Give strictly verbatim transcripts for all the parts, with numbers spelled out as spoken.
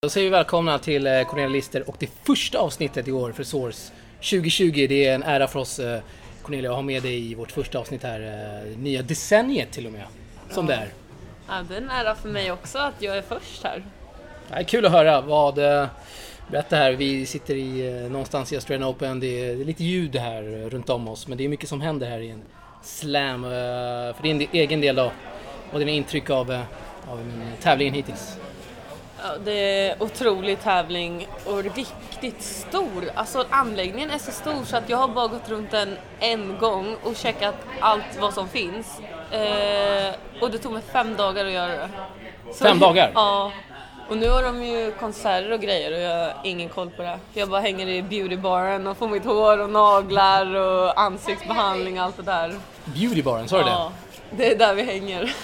Då säger vi välkomna till Cornelia Lister och det första avsnittet i år för Source tjugo tjugo. Det är en ära för oss, Cornelia, att ha med dig i vårt första avsnitt här, nya decenniet till och med, som ja. det är. Ja, det är en ära för mig också att jag är först här. Det är kul att höra. Vad, berätta här, vi sitter i, någonstans i Australian Open, det är, det är lite ljud här runt om oss, men det är mycket som händer här i en slam. För din egen del då, och dina intryck av, av tävlingen hittills? Ja, det är otrolig tävling och riktigt stor. Alltså anläggningen är så stor så att jag har bara gått runt den en gång och checkat allt vad som finns. Eh, och det tog mig fem dagar att göra det. Så, fem dagar? Ja. Och nu har de ju konserter och grejer och jag har ingen koll på det. Jag bara hänger i beautybaren och får mitt hår och naglar och ansiktsbehandling och allt det där. Beautybaren, sa du det? Ja, det är där vi hänger.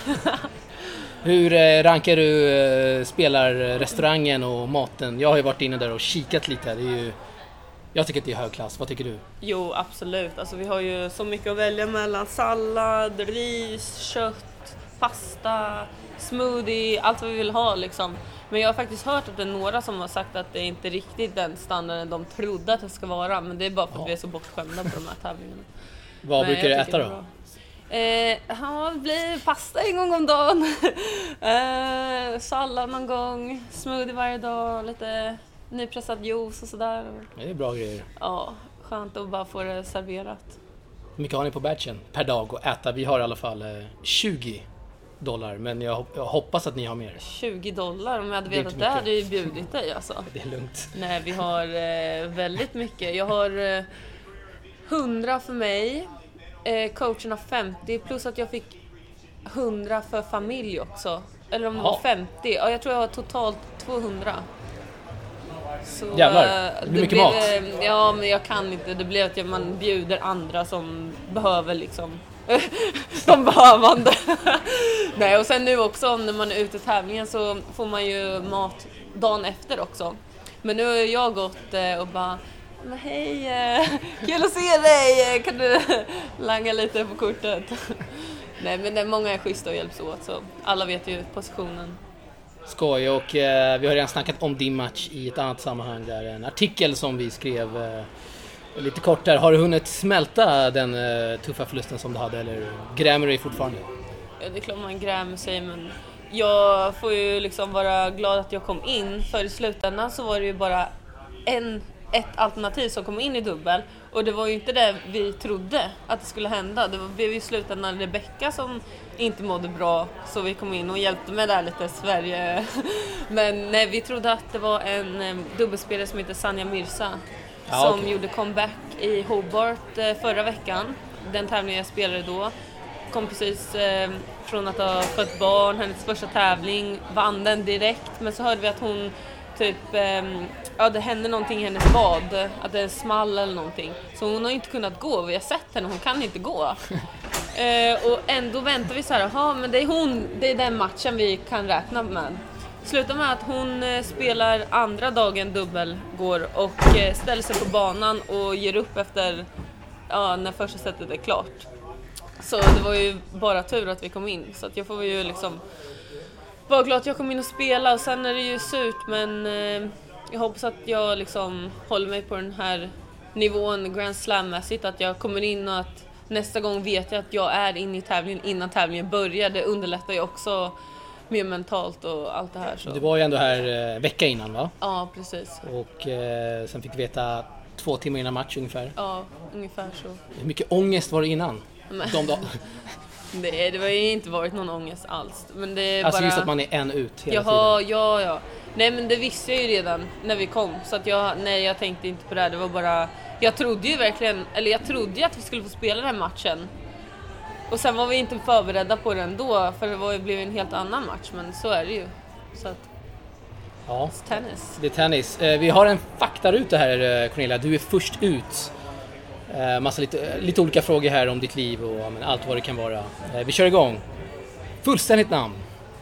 Hur rankar du spelarrestaurangen och maten? Jag har ju varit inne där och kikat lite. Det är ju, jag tycker att det är hög klass. Vad tycker du? Jo, absolut. Alltså, vi har ju så mycket att välja mellan. Sallad, ris, kött, pasta, smoothie, allt vad vi vill ha liksom. Men jag har faktiskt hört att det är några som har sagt att det är inte riktigt den standarden de trodde att det ska vara. Men det är bara för att ja. vi är så bortskämda på de här tävlingarna. Vad men brukar du äta då? Eh, ja, det blir pasta en gång om dagen. eh, sallad någon gång. Smoothie varje dag. Lite nypressad juice och sådär. Det är bra grejer. Ja, skönt att bara få det serverat. Hur mycket har ni på batchen per dag att äta? Vi har i alla fall eh, tjugo dollar, men jag, jag hoppas att ni har mer. tjugo dollar? Om jag hade vetat det, det hade jag ju bjudit dig alltså. Det är lugnt. Nej, vi har eh, väldigt mycket. Jag har eh, hundra för mig. Eh, coachen har femtio plus att jag fick hundra för familj också. Eller om det var femtio. Ja, jag tror jag har totalt tvåhundra. Så, jävlar, det blir det mycket blev, mat. Ja, men jag kan inte. Det blir att man bjuder andra som behöver liksom de behövande. Nej, och sen nu också när man är ute i tävlingen så får man ju mat dagen efter också. Men nu har jag gått och bara men hej, kul att se dig, kan du langa lite på kortet? Nej, men det är många är schyssta och hjälps åt så alla vet ju positionen. Skoj, och eh, vi har redan snackat om din match i ett annat sammanhang där, en artikel som vi skrev eh, lite kort där. Har du hunnit smälta den eh, tuffa förlusten som du hade eller grämer du dig fortfarande? Ja, det är klart man grämer sig, men jag får ju liksom vara glad att jag kom in, för i slutändan så var det ju bara en ett alternativ som kom in i dubbel och det var ju inte det vi trodde att det skulle hända. Det blev ju slutändan Rebecca som inte mådde bra så vi kom in och hjälpte med där lite Sverige. Men nej, vi trodde att det var en um, dubbelspelare som heter Sanja Mirza ja, som okay. gjorde comeback i Hobart uh, förra veckan. Den tävlingen jag spelade då. Kom precis uh, från att ha fött barn, hennes första tävling, vann den direkt, men så hörde vi att hon typ, um, ja det hände någonting i hennes bad, att det small eller någonting. Så hon har inte kunnat gå, vi har sett henne, hon kan inte gå. uh, och ändå väntar vi så här, jaha men det är hon, det är den matchen vi kan räkna med. Slutar med att hon uh, spelar andra dagen dubbel går och uh, ställer sig på banan och ger upp efter, ja när första sättet är klart. Så det var ju bara tur att vi kom in, så att jag får ju liksom var glad att jag kom in och spela och sen är det ju surt, men eh, jag hoppas att jag liksom håller mig på den här nivån Grand Slam-mässigt, att jag kommer in och att nästa gång vet jag att jag är inne i tävlingen innan tävlingen börjar. Det underlättar ju också mer mentalt och allt det här. Så. Det var ju ändå här eh, vecka innan va? Ja, precis. Och eh, sen fick du veta två timmar innan match ungefär? Ja, ungefär så. Hur mycket ångest var det innan? De dag- Nej, det har ju inte varit någon ångest alls. Men det är alltså bara... just att man är en ut hela Jaha, tiden. ja, ja. Nej, men det visste jag ju redan när vi kom. Så att jag, nej, jag tänkte inte på det här. Det var bara... Jag trodde ju verkligen... Eller jag trodde ju att vi skulle få spela den matchen. Och sen var vi inte förberedda på den då. För det var ju blivit en helt annan match. Men så är det ju. Så att... Ja, det är tennis. Det är tennis. Vi har en faktaruta här, Cornelia. Du är först ut. Massa lite, lite olika frågor här om ditt liv och ja, men allt vad det kan vara. Vi kör igång. Fullständigt namn.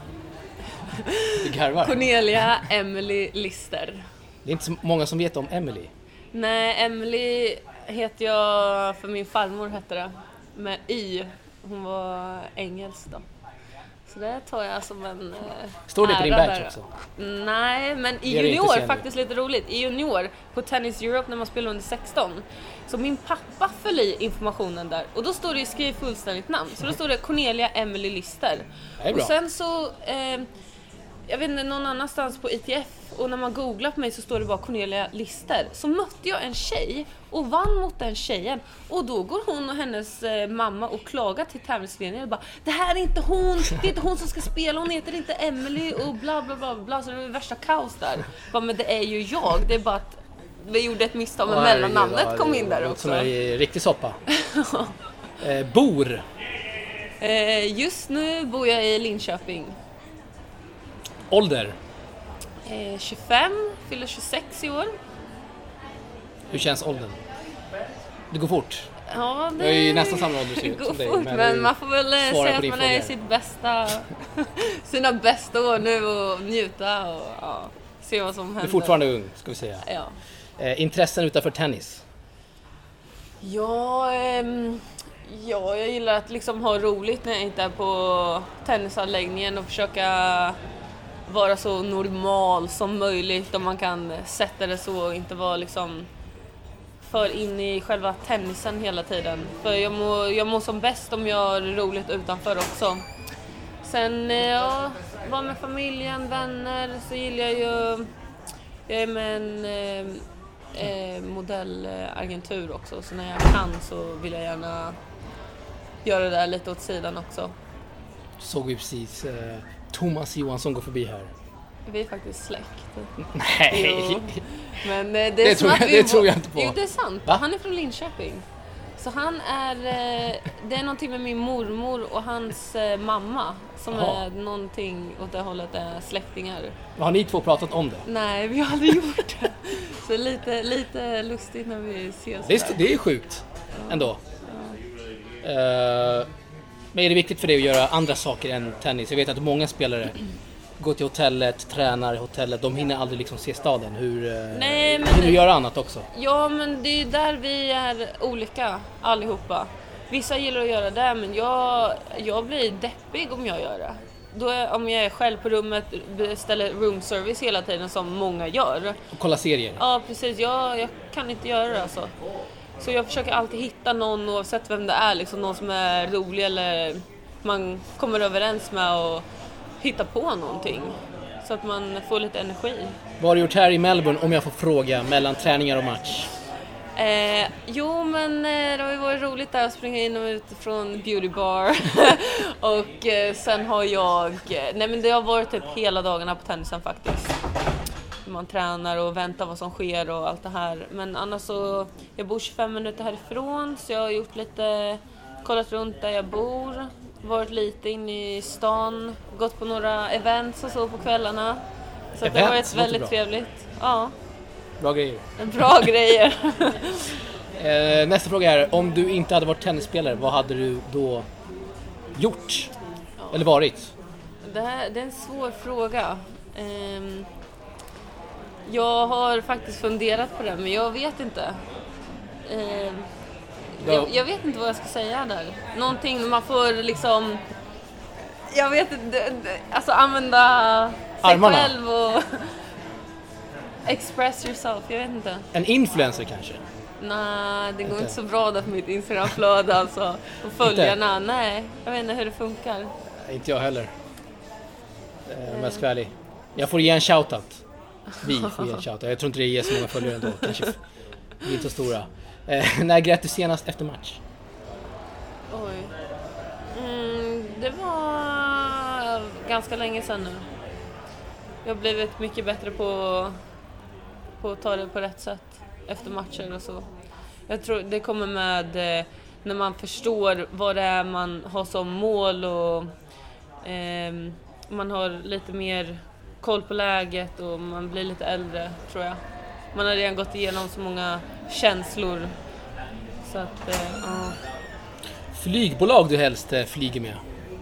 Du garvar. Cornelia Emily Lister. Det är inte så många som vet om Emily. Nej, Emily heter jag för min farmor hette det. Med Y. Hon var engelsk då. Så det tar jag som en eh, Står det på din ära badge där. också? Nej, men i Det är det inte junior, sen. faktiskt lite roligt, i junior på Tennis Europe när man spelar under sexton, så min pappa föll i informationen där och då står det ju skriv fullständigt namn, så då står det Cornelia Emily Lister. Det är bra. Och sen så eh, jag vet inte, någon annanstans på I T F, och när man googlar på mig så står det bara Cornelia Lister. Så mötte jag en tjej och vann mot den tjejen. Och då går hon och hennes eh, mamma och klagar till tävlingsledningen och bara, det här är inte hon, det är inte hon som ska spela, hon heter inte Emily och bla bla bla bla. Så det var värsta kaos där. Bara, men det är ju jag, det är bara att vi gjorde ett misstag med mellannamnet kom in där också. Som är riktig soppa. eh, bor? Eh, just nu bor jag i Linköping. Ålder? Eh, tjugofem, fyller tjugosex i år. Hur känns åldern? Det går fort. Ja, det Jag är ju nästan samma ålder som går dig, fort, men men du man får väl svarar säga på att din man fråga. är i sitt bästa, sina bästa år nu och njuta och ja, se vad som händer. Du är fortfarande ung, ska vi säga. Ja, Eh, intressen utanför tennis? ja, ehm, ja, jag gillar att liksom ha roligt när jag inte är på tennisanläggningen och försöka vara så normal som möjligt, om man kan sätta det så och inte vara liksom för in i själva tennisen hela tiden. För jag mår, jag mår som bäst om jag har roligt utanför också. Sen ja, vara med familjen, vänner, så gillar jag ju, jag är med en eh, eh, modellagentur också, så när jag kan så vill jag gärna göra det där lite åt sidan också. Såg vi precis eh, Thomas Johansson gå förbi här. Vi är faktiskt släkt. Nej! Jo. Men eh, det, är Det som tror att jag- vi det var- tror jag inte på. Jo, det är sant. Va? Han är från Linköping. Så han är, eh, det är någonting med min mormor och hans eh, mamma som Jaha. är någonting åt det hållet, är släktingar. Har ni två pratat om det? Nej, vi har aldrig gjort det. Så lite, lite lustigt när vi ses. Det är, där. det är sjukt ändå. Eh, men är det viktigt för dig att göra andra saker än tennis? Jag vet att många spelare går till hotellet, tränar i hotellet. De hinner aldrig liksom se staden. Hur eh, Nej, men hinner du det- göra annat också? Ja, men det är ju där vi är olika allihopa. Vissa gillar att göra det, men jag, jag blir deppig om jag gör det. Då är, om jag är själv på rummet, beställer room service hela tiden som många gör. Och kolla serier? Ja, precis. Jag, jag kan inte göra det alltså. Så jag försöker alltid hitta någon, oavsett vem det är, liksom någon som är rolig eller man kommer överens med, och hitta på någonting. Så att man får lite energi. Vad har du gjort här i Melbourne, om jag får fråga, mellan träningar och match? Eh, jo, men eh, det har ju varit roligt där att springa in och ut från beauty bar. Och eh, sen har jag, eh, nej men det har varit typ hela dagarna på tennisen faktiskt. Man tränar och väntar vad som sker och allt det här. Men annars så, jag bor tjugofem minuter härifrån, så jag har gjort lite, kollat runt där jag bor. Varit lite inne i stan, gått på några events och så på kvällarna. Så att det har Events, varit låter väldigt bra. trevligt. Ja, Bra grejer. bra grejer. Eh, nästa fråga är, om du inte hade varit tennisspelare, vad hade du då gjort? Eller varit? Det, här, det är en svår fråga. Ehm, jag har faktiskt funderat på det, men jag vet inte. Ehm, jag, jag vet inte vad jag ska säga där. Någonting man får liksom... Jag vet inte, alltså använda sig Armarna. själv och express yourself, jag vet inte. En influencer kanske? Nej, det går Inte. inte så bra där på mitt Instagramflöde alltså. Och följarna, nej, jag vet inte hur det funkar. Nej, inte jag heller. Eh, om jag ska vara ärlig. Jag får ge en shoutout. Vi får ge en shoutout. Jag tror inte det ger så många följare ändå. Kanske vi är inte så stora. Eh, när grät du senast efter match? Oj. Mm, det var ganska länge sedan nu. Jag har blivit mycket bättre på, på att ta det på rätt sätt efter matcher och så. Jag tror det kommer med eh, när man förstår vad det är man har som mål, och eh, man har lite mer koll på läget och man blir lite äldre, tror jag. Man har redan gått igenom så många känslor. Så att, eh, ja. Flygbolag du helst eh, flyger med?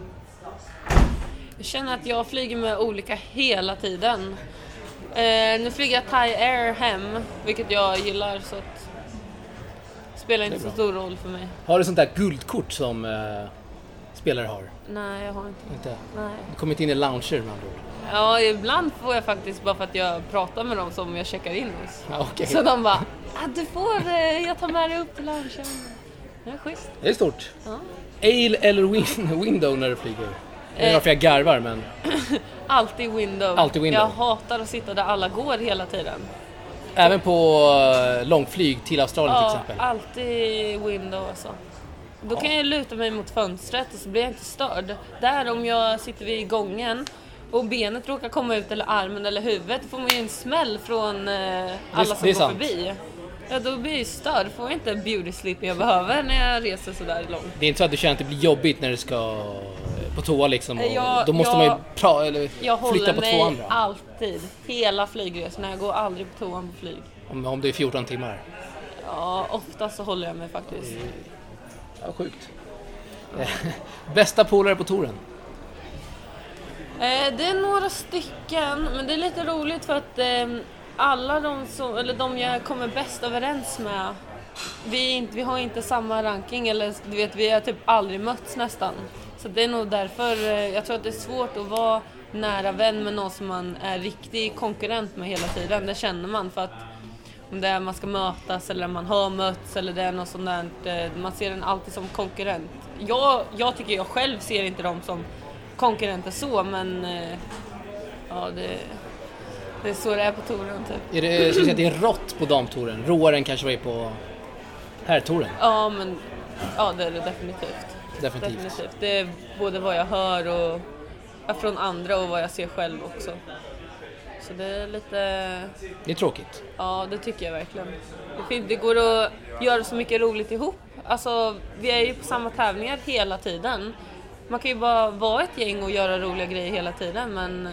Jag känner att jag flyger med olika hela tiden. Eh, nu flyger jag Thai Air hem, vilket jag gillar, så att det spelar inte Det är så bra. stor roll för mig. Har du sånt där guldkort som, eh, spelare har? Nej, jag har inte. Inte? Nej. Du kommer inte in i lounger med andra ord? Ja, ibland får jag faktiskt bara för att jag pratar med dem som jag checkar in hos. Ja, okay. Så de bara, ah, du får, eh, jag tar med dig upp till loungen. Det är schysst. Det är stort. Ja. Ale eller win- window när du flyger? Det är varför jag garvar, men... Alltid window. Alltid window. Jag hatar att sitta där alla går hela tiden. Även på uh, långflyg till Australien Ja, till exempel? alltid window alltså. Då kan jag luta mig mot fönstret och så blir jag inte störd. Där om jag sitter vid gången och benet råkar komma ut eller armen eller huvudet får man ju en smäll från eh, alla som det är går sant. förbi. Ja, då blir jag ju störd. Får jag inte beauty sleep jag behöver när jag reser så där långt. Det är inte så att du känner att det blir jobbigt när du ska på toa liksom? Och Jag- då måste jag- man ju pra- eller Jag flytta håller på mig två andra. alltid, hela flygresorna. Jag går aldrig på toan på flyg. Om, om det är fjorton timmar. Ja, ofta så håller jag mig faktiskt. Ja, sjukt. Bästa polare på touren? Eh, det är några stycken, men det är lite roligt för att eh, alla de som, eller de jag kommer bäst överens med, vi, är inte, vi har inte samma ranking, eller du vet, vi har typ aldrig mötts nästan. Så det är nog därför, eh, jag tror att det är svårt att vara nära vän med någon som man är riktig konkurrent med hela tiden. Det känner man, för att om det är man ska mötas eller man har mötts eller det är något sånt där, eh, man ser den alltid som konkurrent. Jag, jag tycker jag själv ser inte dem som konkurrenter så, men eh, ja, det, det är så det är på touren typ. Är det, ska jag säga, det är rått på damtouren? Råare än kanske vad det är på herrtouren? Ja, men ja, det är det definitivt. Definitivt. definitivt. Det är både vad jag hör och ja, från andra och vad jag ser själv också. Så det är lite, Det är tråkigt. ja, det tycker jag verkligen. Det, finns, det går att göra så mycket roligt ihop. Alltså, vi är ju på samma tävlingar hela tiden. Man kan ju bara vara ett gäng och göra roliga grejer hela tiden, men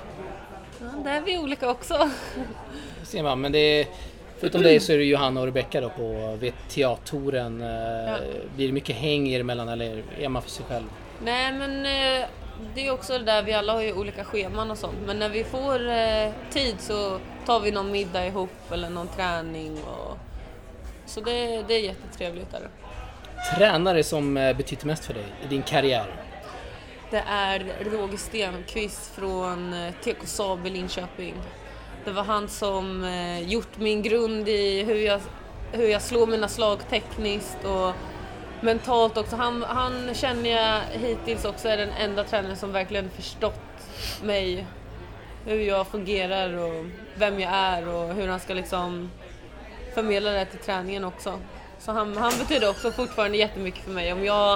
ja, där är vi olika också. Det ser man, men det är, förutom det så är det Johanna och Rebecca då på V T A-touren. Ja. Blir det mycket häng er emellan eller är man för sig själv? Nej, men eh, det är också det där, vi alla har ju olika scheman och sånt. Men när vi får eh, tid så tar vi någon middag ihop eller någon träning. Och, så det, det är jättetrevligt där. Tränare som eh, betytt mest för dig i din karriär? Det är Roger Stenqvist från eh, T K Saab i Linköping. Det var han som eh, gjort min grund i hur jag, hur jag slår mina slag tekniskt och mentalt också. Han, han känner jag hittills också är den enda tränaren som verkligen förstått mig. Hur jag fungerar och vem jag är och hur han ska liksom förmedla det till träningen också. Så han, han betyder också fortfarande jättemycket för mig. Om jag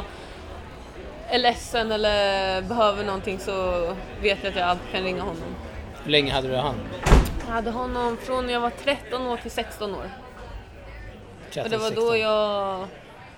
är ledsen eller behöver någonting så vet jag att jag alltid kan ringa honom. Hur länge hade du han? Jag hade honom från när jag var tretton år till sexton år. Och det var tretton, då jag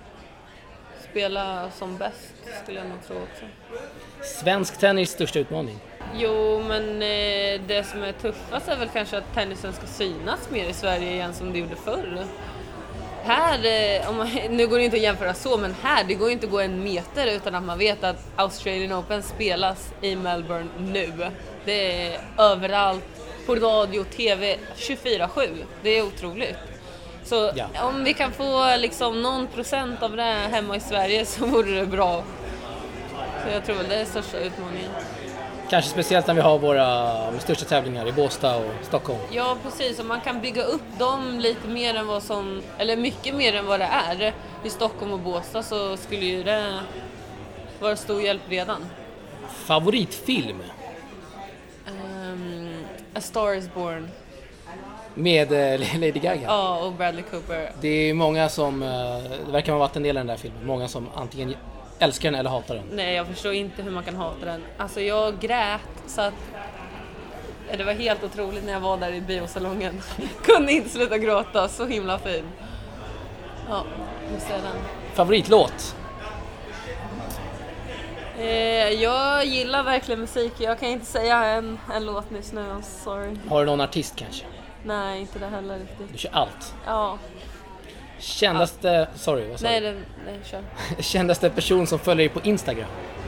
spelade som bäst, skulle jag nog tro också. Svensk tennis största utmaning? Jo, men eh, det som är tuffast är väl kanske att tennisen ska synas mer i Sverige igen som det gjorde förr. Här, eh, om man, nu går det inte att jämföra så, men här, det går inte att gå en meter utan att man vet att Australian Open spelas i Melbourne nu. Det är överallt, på radio, tv, tjugofyra sju. Det är otroligt. Så Ja. om vi kan få liksom någon procent av det hemma i Sverige så vore det bra. Så jag tror väl det är största utmaningen. Kanske speciellt när vi har våra största tävlingar i Båstad och Stockholm. Ja, precis. Och man kan bygga upp dem lite mer än vad som, eller mycket mer än vad det är. I Stockholm och Båstad så skulle ju det vara stor hjälp redan. Favoritfilm? Um, A Star is Born. Med eh, Lady Gaga? Ja, och Bradley Cooper. Det är många som, eh, det verkar ha varit en del av den där filmen, många som antingen älskar den eller hatar den. Nej, jag förstår inte hur man kan hata den. Alltså jag grät så att det var helt otroligt när jag var där i biosalongen. Kunde inte sluta gråta, så himla fin. Ja, just är den. Favoritlåt? Eh, jag gillar verkligen musik. Jag kan inte säga en, en låt nyss nu, I'm sorry. Har du någon artist kanske? Nej, inte det heller riktigt. Du kör allt. Ja, Kändaste, sorry vad sa nej, du? det, nej, kör. Kändaste person som följer dig på Instagram?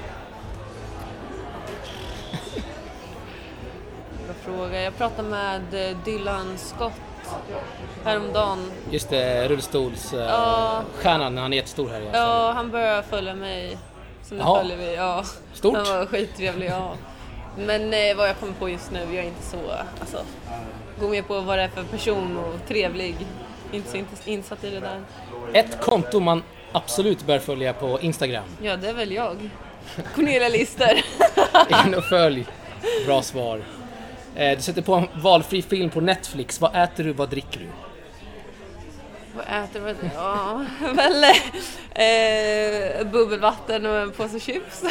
Bra fråga. Jag pratade med eh, Dylan Scott häromdagen. Just det, rullstolsstjärnan, Ja. uh, stjärnan, han är jättestor här i alla fall. Ja, han började följa mig Så nu Jaha. följer vi, ja. Stort. Han var skittrevlig, ja. Men eh, vad jag kommer på just nu, jag är inte så, alltså, gå med på vad det är för person och trevlig. Inte så insatt i det där. Ett konto man absolut bör följa på Instagram. Ja, det är väl jag. Cornelia Lister. In och följ. Bra svar. Eh, du sätter på en valfri film på Netflix. Vad äter du, vad dricker du? Vad äter du? Ja, väl eh, bubbelvatten och en påse chips.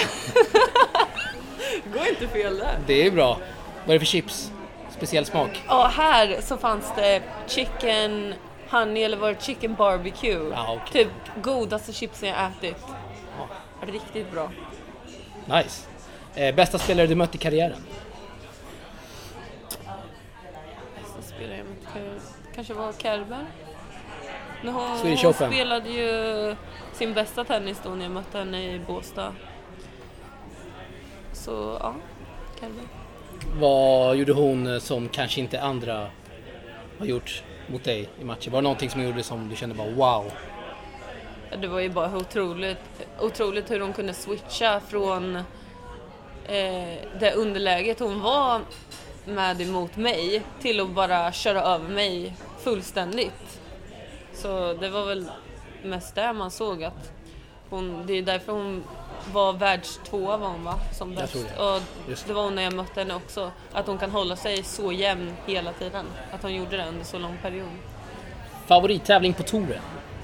Går inte fel där. Det är bra. Vad är det för chips? Speciell smak? Ja, här så fanns det chicken honey eller var det chicken barbecue. Ja, okay. Typ godaste chipsen jag ätit. Ja. Riktigt bra. Nice. Eh, bästa spelare du mött i karriären? Bästa spelare jag mött i karriären? Kanske var Kerber. Men hon, Swedish hon Open. spelade ju sin bästa tennis då när jag mötte henne i Båstad. Så ja, Kerber. Vad gjorde hon som kanske inte andra har gjort mot dig i matchen? Var det någonting som gjorde som du kände bara wow? Det var ju bara otroligt, otroligt hur hon kunde switcha från eh, det underläget hon var med emot mig till att bara köra över mig fullständigt. Så det var väl mest där man såg att hon, det är därför hon var världstvåa var hon va, som bäst. det. Och det var hon när jag mötte henne också, att hon kan hålla sig så jämn hela tiden. Att hon gjorde det under så lång period. Favorittävling på touren?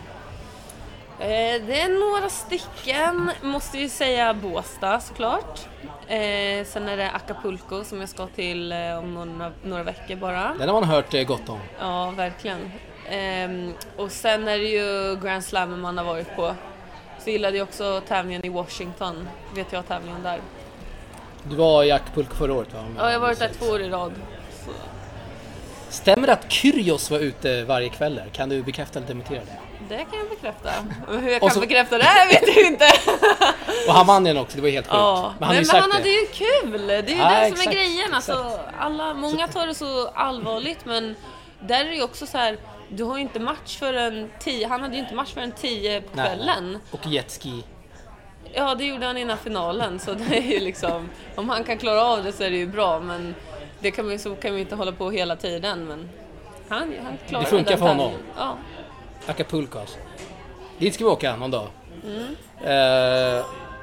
Eh, det är några stycken, måste ju säga Båstad såklart. Eh, sen är det Acapulco som jag ska till eh, om några, några veckor bara. Den har man hört eh, gott om. Ja, verkligen. Eh, och sen är det ju Grand Slam man har varit på. Så gillade jag också tävlingen i Washington, vet jag tävlingen där. Du var i Acapulco förra året va? Ja, jag har varit där två år i rad. Så. Stämmer det att Kyrgios var ute varje kväll där? Kan du bekräfta eller dementera det? Det kan jag bekräfta. Hur jag Och kan så- bekräfta det här vet jag inte. Och han vann den också, det var helt sjukt. Ja, Men han har men, ju men sagt han hade det. ju kul. Det är ju Ja, det som exakt, är grejen. Alltså, exakt. alla, många tar det så allvarligt, men där är det ju också så här. Du har ju inte match för en tio. Han hade ju inte match för en tio på Nej. kvällen. Och jetski. Ja, det gjorde han innan finalen. Så det är ju liksom, om han kan klara av det så är det ju bra. Men det kan vi, så kan vi inte hålla på hela tiden. Men han, han klarar Det funkar den för honom. tävlingen. Ja. Acapulco alltså. Dit ska vi åka någon dag. Mm. Eh,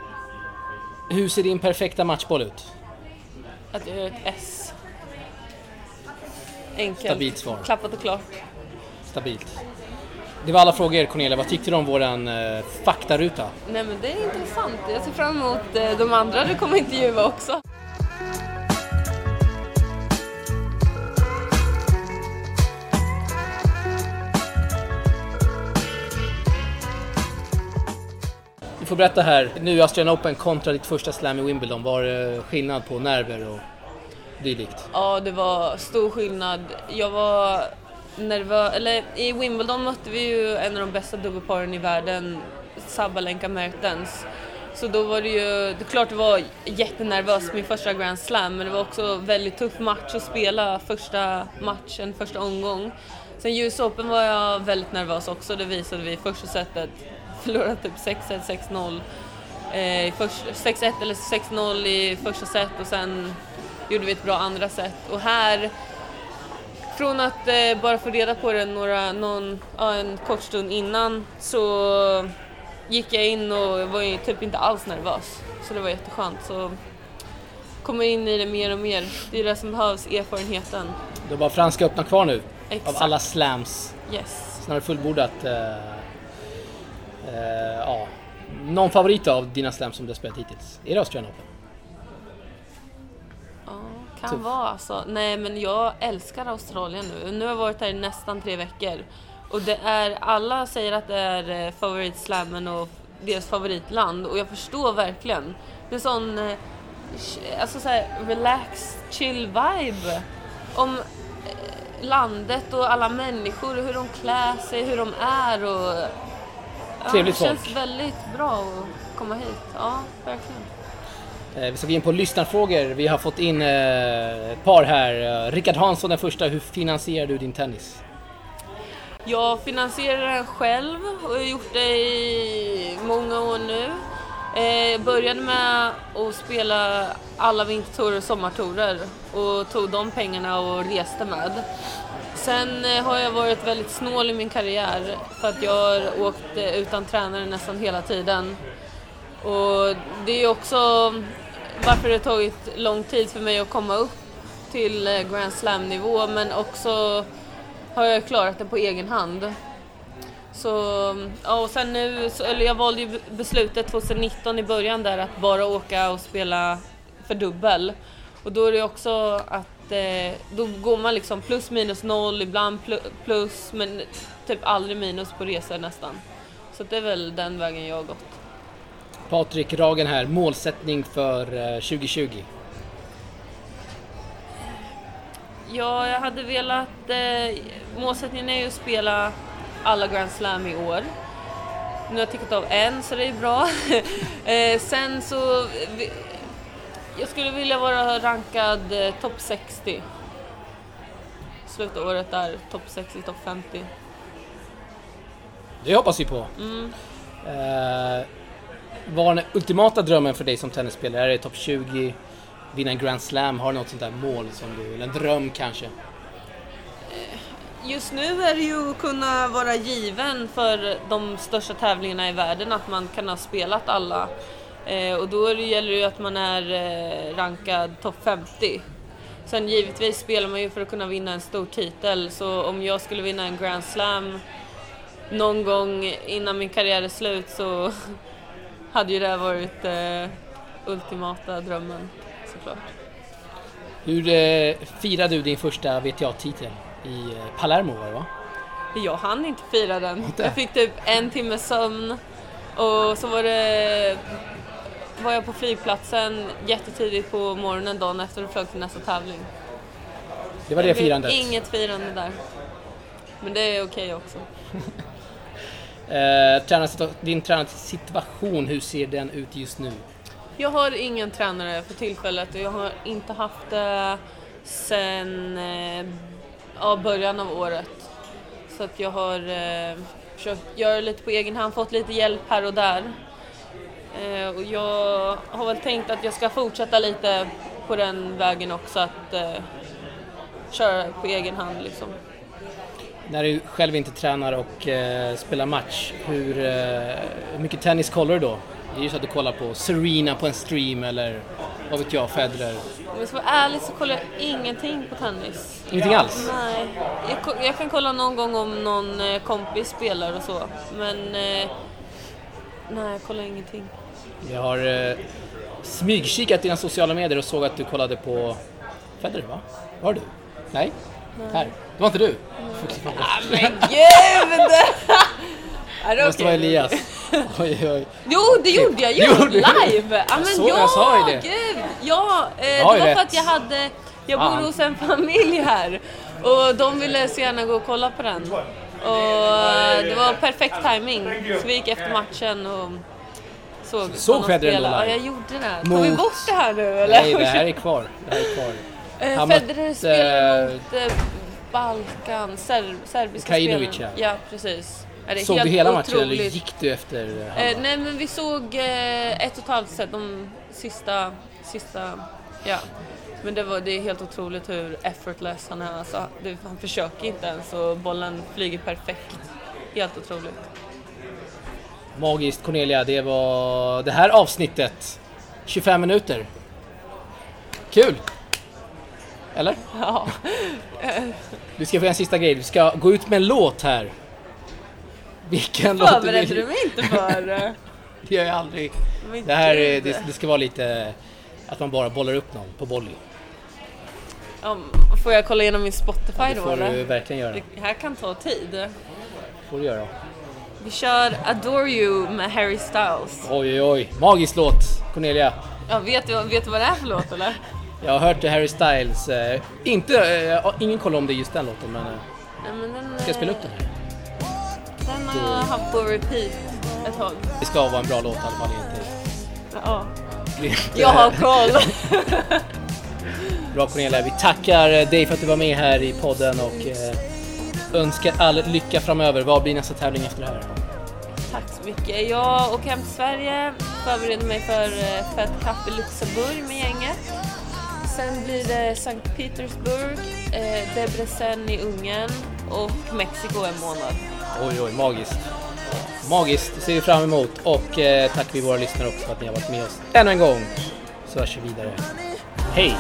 hur ser din perfekta matchboll ut? Att jag gör ett S. Enkelt. Stabilt svar. Klappat och klart. Stabilt. Det var alla frågor, Cornelia. Vad tyckte du om våran eh, faktaruta? Nej, men det är intressant. Jag ser fram emot eh, de andra du kommer intervjua också. Du får berätta här. Nu Australian Open kontra ditt första slam i Wimbledon. Var det skillnad på nerver och dylikt? Ja, det var stor skillnad. Jag var nervös. Eller i Wimbledon mötte vi ju en av de bästa dubbelparen i världen, Sabalenka Mertens. Så då var det ju, det är klart det var jättenervös min första Grand Slam, men det var också väldigt tuff match att spela första matchen, första omgång. Sen U S Open var jag väldigt nervös också, det visade vi i första setet. Förlorade typ sex ett, sex noll. Eh, sex ett eller sex noll i första set och sen gjorde vi ett bra andra set. Och här, från att eh, bara få reda på det några, någon, ja, en kort stund innan, så gick jag in och var ju typ inte alls nervös. Så det var jätteskönt. Så kommer in i det mer och mer. Det är det som behövs, erfarenheten. Du har bara Franska öppna kvar nu. Exakt. Av alla slams. Yes. Snarare fullbordat. Eh, eh, ja. Någon favorit av dina slams som du har spelat hittills? Är det Australian Open? Ja, kan Tuff. vara alltså. Nej, men jag älskar Australien nu. Nu har jag varit här i nästan tre veckor. Och det är, alla säger att det är favoritslammen och deras favoritland. Och jag förstår verkligen. Det är sån, eh, alltså så här, relax, chill vibe. Om eh, landet och alla människor, hur de klär sig, hur de är. Och, ja, Trevligt det känns folk. väldigt bra att komma hit. Ja, verkligen. Eh, vi ska gå in på lyssnarfrågor. Vi har fått in eh, ett par här. Eh, Rickard Hansson den första. Hur finansierar du din tennis? Jag finansierar den själv och jag har gjort det i många år nu. Jag började med att spela alla vintertorer och sommartorer och tog de pengarna och reste med. Sen har jag varit väldigt snål i min karriär för att jag har åkt utan tränare nästan hela tiden. Och det är också varför det har tagit lång tid för mig att komma upp till Grand Slam-nivå, men också har jag klarat det på egen hand. Så, ja, och sen nu, så, eller jag valde ju beslutet tjugonitton i början där att bara åka och spela för dubbel. Och då är det också att eh, då går man liksom plus minus noll, ibland plus, men typ aldrig minus på resor nästan. Så det är väl den vägen jag har gått. Patrik Ragen här, målsättning för tjugo tjugo. Ja, jag hade velat, eh, målsättningen är ju att spela alla Grand Slam i år. Nu har jag tickat av en, så det är bra. eh, sen så jag skulle vilja vara rankad eh, topp sextio. Sluta året där, topp sextio, topp femtio. Det hoppas vi på. Mm. Eh, vad är den ultimata drömmen för dig som tennisspelare? Är det topp tjugo, vinna en Grand Slam? Har du något sånt där mål som du, eller en dröm kanske? Just nu är det ju att kunna vara given för de största tävlingarna i världen, att man kan ha spelat alla. Eh, och då gäller det ju att man är eh, rankad topp femtio. Sen givetvis spelar man ju för att kunna vinna en stor titel, så om jag skulle vinna en Grand Slam någon gång innan min karriär är slut så hade ju det varit eh, ultimata drömmen, såklart. Hur eh, firade du din första V T A-titel? I eh, Palermo var det, va? Jag hann inte fira den. Jag fick typ en timme sömn och så var det var jag på flygplatsen jättetidigt på morgonen dagen efter och flög till nästa tävling. Det var det, det firandet? Inget firande där. Men det är okej också. eh, tränarsitua- din tränarsituation, hur ser den ut just nu? Jag har ingen tränare för tillfället och jag har inte haft det sen eh, ja, början av året. Så att jag har eh, försökt göra lite på egen hand, fått lite hjälp här och där. Eh, och jag har väl tänkt att jag ska fortsätta lite på den vägen också, att eh, köra på egen hand liksom. När du själv inte tränar och eh, spelar match, hur, eh, hur mycket tennis kollar du då? Det är ju så att du kollar på Serena på en stream eller vad vet jag, Federer. Om jag ska vara ärlig så kollar jag ingenting på tennis. Ingenting alls? Nej, jag, jag kan kolla någon gång om någon eh, kompis spelar och så. Men eh, nej, jag kollar ingenting. Jag har eh, smygkikat dina sociala medier och såg att du kollade på Federer, va? Var du? Nej? Nej. Här. Det var inte du? Nej. Ah, men gud! Det måste vara Elias. Oj, oj. Jo, det gjorde jag ju live. Ja, men så, ja, jag sa ju det. Gud. Ja, eh, det var var rätt. för att jag hade jag bor hos en familj här och de ville så gärna gå och kolla på den. Och det var perfekt timing. Så vi gick efter matchen och såg såg Federer då live? Ja, jag gjorde det. Mot... Tar vi bort det här nu eller? Nej, det här är kvar. Det här är kvar. Eh, Federer mött, spelar mot eh, Balkan, ser, serbiska Krajinovic, spelaren. Ja, precis. Är det såg helt du hela otroligt. matchen eller gick du efter? Eh, nej, men vi såg eh, ett och ett halvt set, de sista, sista, ja. Men det, var, det är helt otroligt hur effortless han är. Alltså, det, han försöker inte ens och bollen flyger perfekt. Helt otroligt. Magiskt, Cornelia. Det var det här avsnittet. tjugofem minuter. Kul! Eller? Ja. Du ska få en sista grej. Du ska gå ut med en låt här. Vilken låt du vill? Förberedde du mig inte för? Det gör jag aldrig. Men det här är, gud. det, det ska vara lite att man bara bollar upp någon på volley. Ja, får jag kolla igenom min Spotify Ja, det då? får eller? du verkligen göra. Det här kan ta tid. får du göra. Vi kör Adore You med Harry Styles. Oj, oj, oj. Magisk låt, Cornelia. Ja, vet du, vet du vad det är för låt eller? Jag har hört Harry Styles. Eh, inte, eh, ingen koll om det är just den låten, men, eh, Nej, men den, ska jag spela upp den här? Den har jag haft på repeat ett tag. Det ska vara en bra låt i alla fall. Inte. Ja. Inte. Jag har koll. Bra, Cornelia. Vi tackar dig för att du var med här i podden och eh, önskar all lycka framöver. Vad blir nästa tävling efter det här? Tack så mycket. Jag åker hem till Sverige, förbereder mig för Fett Cup i Luxemburg med gänget. Sen blir det Sankt Petersburg, eh, Debrecen i Ungern och Mexiko en månad. Oj, oj, magiskt. Magiskt, det ser vi fram emot. Och eh, tack vi våra lyssnare också för att ni har varit med oss ännu en gång. Så hörs vi vidare. Hej!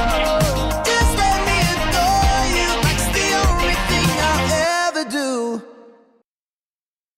Do